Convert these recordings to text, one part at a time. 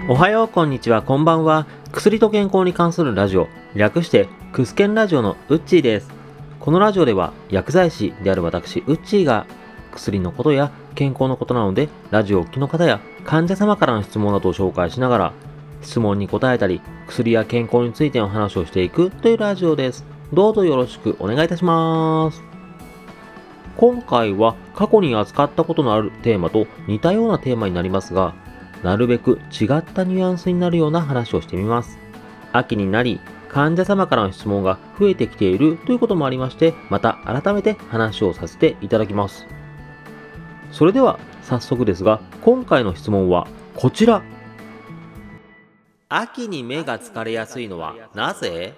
おはよう、こんにちは、こんばんは。薬と健康に関するラジオ、略してクスケンラジオのウッチーです。このラジオでは薬剤師である私ウッチーが薬のことや健康のことなので、ラジオをお聞きの方や患者様からの質問などを紹介しながら、質問に答えたり薬や健康についての話をしていくというラジオです。どうぞよろしくお願いいたします。今回は過去に扱ったことのあるテーマと似たようなテーマになりますが、なるべく違ったニュアンスになるような話をしてみます。秋になり、患者様からの質問が増えてきているということもありまして、また改めて話をさせていただきます。それでは早速ですが、今回の質問はこちら。秋に目が疲れやすいのはなぜ？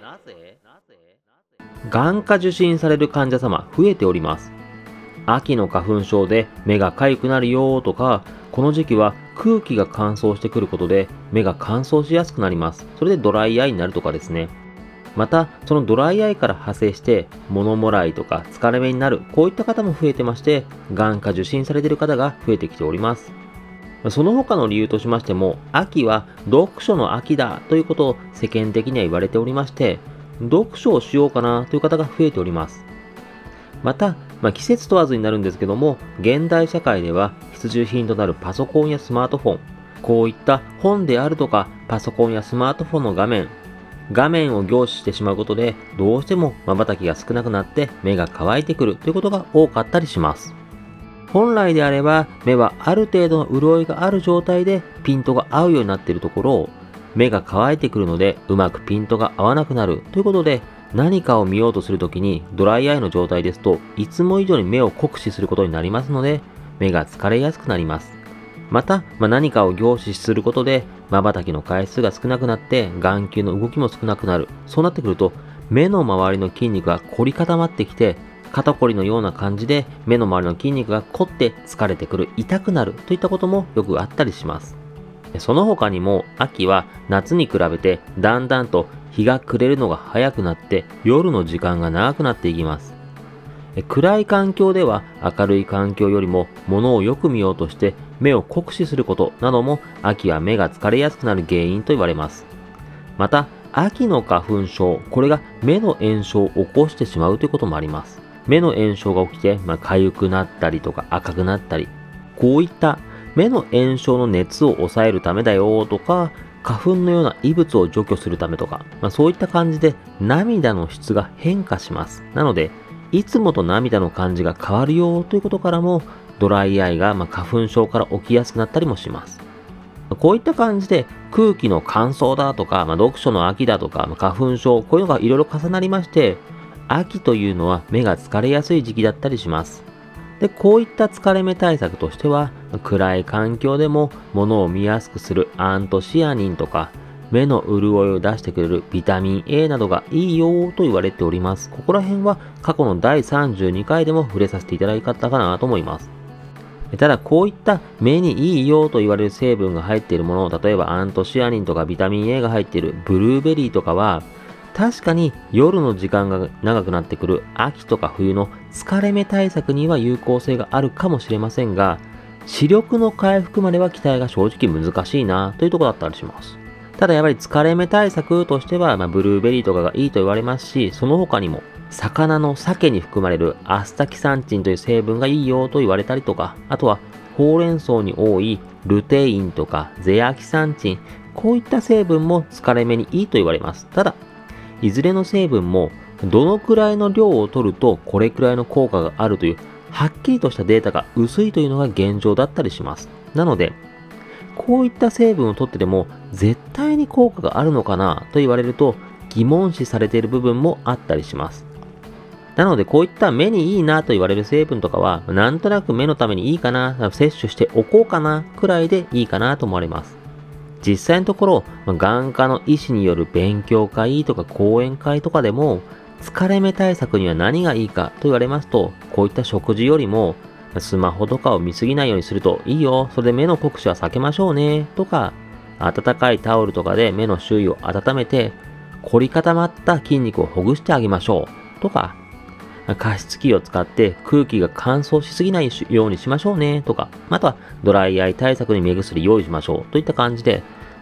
眼科受診される患者様増えております。秋の花粉症で目が痒くなるよとか、この時期は空気が乾燥してくることで目が乾燥しやすくなります。それでドライアイになるとかですね。また、そのドライアイから派生して物もらいとか疲れ目になる、こういった方も増えてまして、眼科受診されている方が増えてきております。その他の理由としましても、秋は読書の秋だということを世間的には言われておりまして、読書をしようかなという方が増えております。また、季節問わずになるんですけども、現代社会では必需品となるパソコンやスマートフォン、こういった本であるとかパソコンやスマートフォンの画面を凝視してしまうことで、どうしても瞬きが少なくなって目が乾いてくるということが多かったりします。本来であれば目はある程度の潤いがある状態でピントが合うようになっているところを、目が乾いてくるのでうまくピントが合わなくなるということで、何かを見ようとするときにドライアイの状態ですといつも以上に目を酷使することになりますので、目が疲れやすくなります。また、何かを凝視することで瞬きの回数が少なくなって眼球の動きも少なくなる。そうなってくると目の周りの筋肉が凝り固まってきて、肩こりのような感じで目の周りの筋肉が凝って疲れてくる、痛くなるといったこともよくあったりします。その他にも秋は夏に比べてだんだんと日が暮れるのが早くなって夜の時間が長くなっていきます。暗い環境では明るい環境よりも物をよく見ようとして目を酷使することなども秋は目が疲れやすくなる原因と言われます。また秋の花粉症、これが目の炎症を起こしてしまうということもあります。目の炎症が起きて、痒くなったりとか赤くなったり、こういった目の炎症の熱を抑えるためだよとか、花粉のような異物を除去するためとか、そういった感じで涙の質が変化します。なので、いつもと涙の感じが変わるよということからも、ドライアイが花粉症から起きやすくなったりもします。こういった感じで空気の乾燥だとか、読書の秋だとか、花粉症、こういうのがいろいろ重なりまして、秋というのは目が疲れやすい時期だったりします。で、こういった疲れ目対策としては、暗い環境でも物を見やすくするアントシアニンとか、目の潤いを出してくれるビタミン A などがいいよと言われております。ここら辺は過去の第32回でも触れさせていただいたかなと思います。ただこういった目にいいよと言われる成分が入っているもの、例えばアントシアニンとかビタミン A が入っているブルーベリーとかは、確かに夜の時間が長くなってくる秋とか冬の疲れ目対策には有効性があるかもしれませんが、視力の回復までは期待が正直難しいなというところだったりします。ただやっぱり疲れ目対策としては、ブルーベリーとかがいいと言われますし、その他にも魚の鮭に含まれるアスタキサンチンという成分がいいよと言われたりとか、あとはほうれん草に多いルテインとかゼアキサンチン、こういった成分も疲れ目にいいと言われます。ただいずれの成分もどのくらいの量を取るとこれくらいの効果があるというはっきりとしたデータが薄いというのが現状だったりします。なのでこういった成分を取ってでも絶対に効果があるのかなと言われると疑問視されている部分もあったりします。なのでこういった目にいいなと言われる成分とかはなんとなく目のためにいいかな、摂取しておこうかなくらいでいいかなと思われます。実際のところ、眼科の医師による勉強会とか講演会とかでも疲れ目対策には何がいいかと言われますと、こういった食事よりもスマホとかを見すぎないようにするといいよ、それで目の酷使は避けましょうねとか、温かいタオルとかで目の周囲を温めて凝り固まった筋肉をほぐしてあげましょうとか、加湿器を使って空気が乾燥しすぎないようにしましょうねとか、あとはドライアイ対策に目薬用意しましょうといった感じで、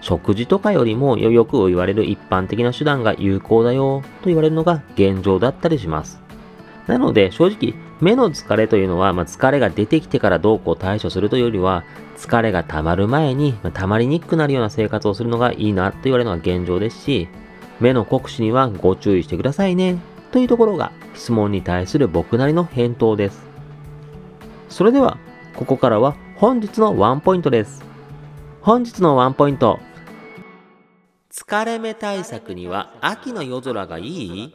食事とかよりもよく言われる一般的な手段が有効だよと言われるのが現状だったりします。なので正直目の疲れというのは、疲れが出てきてからどうこう対処するというよりは、疲れが溜まる前に、溜まりにくくなるような生活をするのがいいなと言われるのが現状ですし、目の酷使にはご注意してくださいねというところが質問に対する僕なりの返答です。それではここからは本日のワンポイントです。本日のワンポイント。疲れ目対策には秋の夜空がいい？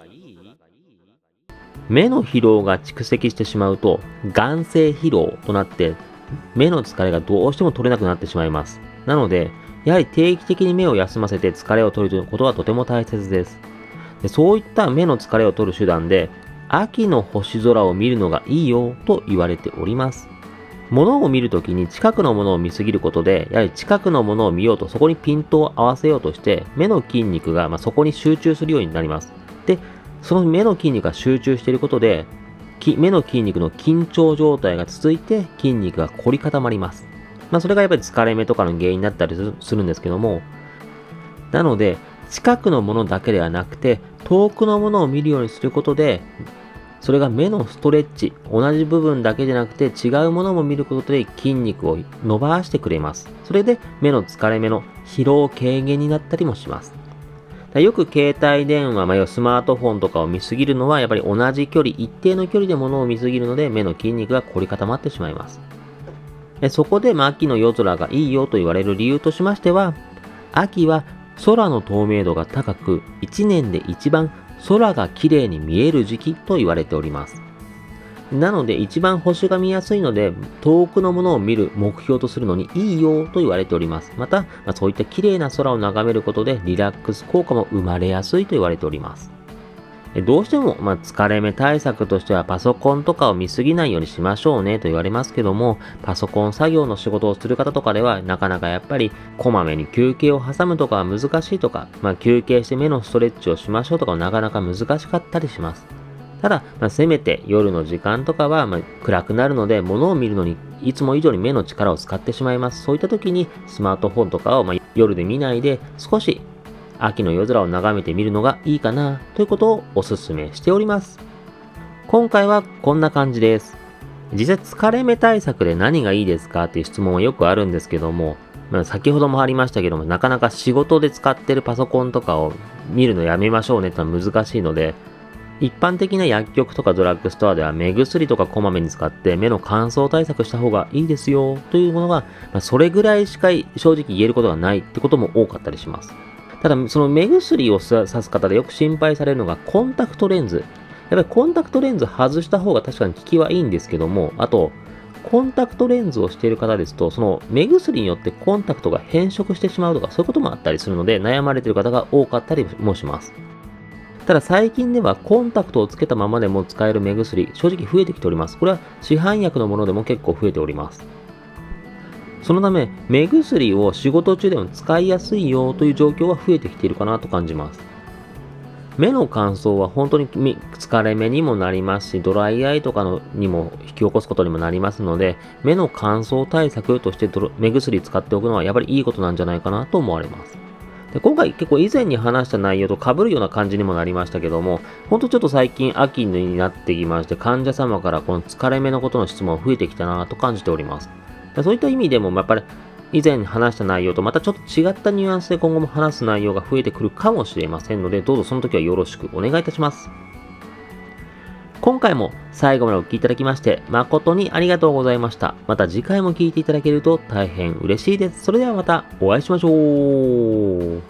目の疲労が蓄積してしまうと眼性疲労となって目の疲れがどうしても取れなくなってしまいます。なのでやはり定期的に目を休ませて疲れを取るということはとても大切です。そういった目の疲れを取る手段で秋の星空を見るのがいいよと言われております。物を見るときに近くのものを見すぎることで、やはり近くのものを見ようとそこにピントを合わせようとして目の筋肉がそこに集中するようになります。で、その目の筋肉が集中していることで目の筋肉の緊張状態が続いて筋肉が凝り固まります。それがやっぱり疲れ目とかの原因になったりするんですけども、なので近くのものだけではなくて遠くのものを見るようにすることで、それが目のストレッチ、同じ部分だけじゃなくて違うものも見ることで筋肉を伸ばしてくれます。それで目の疲れ目の疲労軽減になったりもします。よく携帯電話、スマートフォンとかを見すぎるのはやっぱり同じ距離、一定の距離で物を見すぎるので目の筋肉が凝り固まってしまいます。そこで秋の夜空がいいよと言われる理由としましては、秋は空の透明度が高く、1年で一番空が綺麗に見える時期と言われております。なので一番星が見やすいので、遠くのものを見る目標とするのにいいよと言われております。また、そういった綺麗な空を眺めることでリラックス効果も生まれやすいと言われております。どうしても、疲れ目対策としてはパソコンとかを見すぎないようにしましょうねと言われますけども、パソコン作業の仕事をする方とかではなかなかやっぱりこまめに休憩を挟むとかは難しいとか、休憩して目のストレッチをしましょうとかはなかなか難しかったりします。ただ、せめて夜の時間とかは暗くなるので物を見るのにいつも以上に目の力を使ってしまいます。そういった時にスマートフォンとかを夜で見ないで少し秋の夜空を眺めてみるのがいいかなということをお勧めしております。今回はこんな感じです。実際疲れ目対策で何がいいですかっていう質問はよくあるんですけども、先ほどもありましたけども、なかなか仕事で使ってるパソコンとかを見るのやめましょうねってのは難しいので、一般的な薬局とかドラッグストアでは目薬とかこまめに使って目の乾燥対策した方がいいですよというものが、それぐらいしか正直言えることがないってことも多かったりします。ただその目薬をさす方でよく心配されるのがコンタクトレンズ。やっぱりコンタクトレンズ外した方が確かに効きはいいんですけども、あとコンタクトレンズをしている方ですと、その目薬によってコンタクトが変色してしまうとかそういうこともあったりするので悩まれている方が多かったりもします。ただ最近ではコンタクトをつけたままでも使える目薬、正直増えてきております。これは市販薬のものでも結構増えております。そのため、目薬を仕事中でも使いやすいよという状況は増えてきているかなと感じます。目の乾燥は本当に疲れ目にもなりますし、ドライアイとかにも引き起こすことにもなりますので、目の乾燥対策として目薬使っておくのはやっぱりいいことなんじゃないかなと思われます。で今回結構以前に話した内容と被るような感じにもなりましたけども、ほんとちょっと最近秋になってきまして、患者様からこの疲れ目のことの質問増えてきたなと感じております。そういった意味でもやっぱり以前話した内容とまたちょっと違ったニュアンスで今後も話す内容が増えてくるかもしれませんので、どうぞその時はよろしくお願いいたします。今回も最後までお聞きいただきまして誠にありがとうございました。また次回も聞いていただけると大変嬉しいです。それではまたお会いしましょう。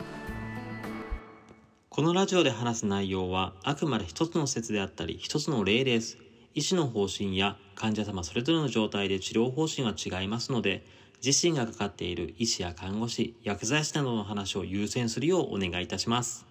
このラジオで話す内容はあくまで一つの説であったり一つの例です。医師の方針や患者様それぞれの状態で治療方針は違いますので、自身がかかっている医師や看護師、薬剤師などの話を優先するようお願いいたします。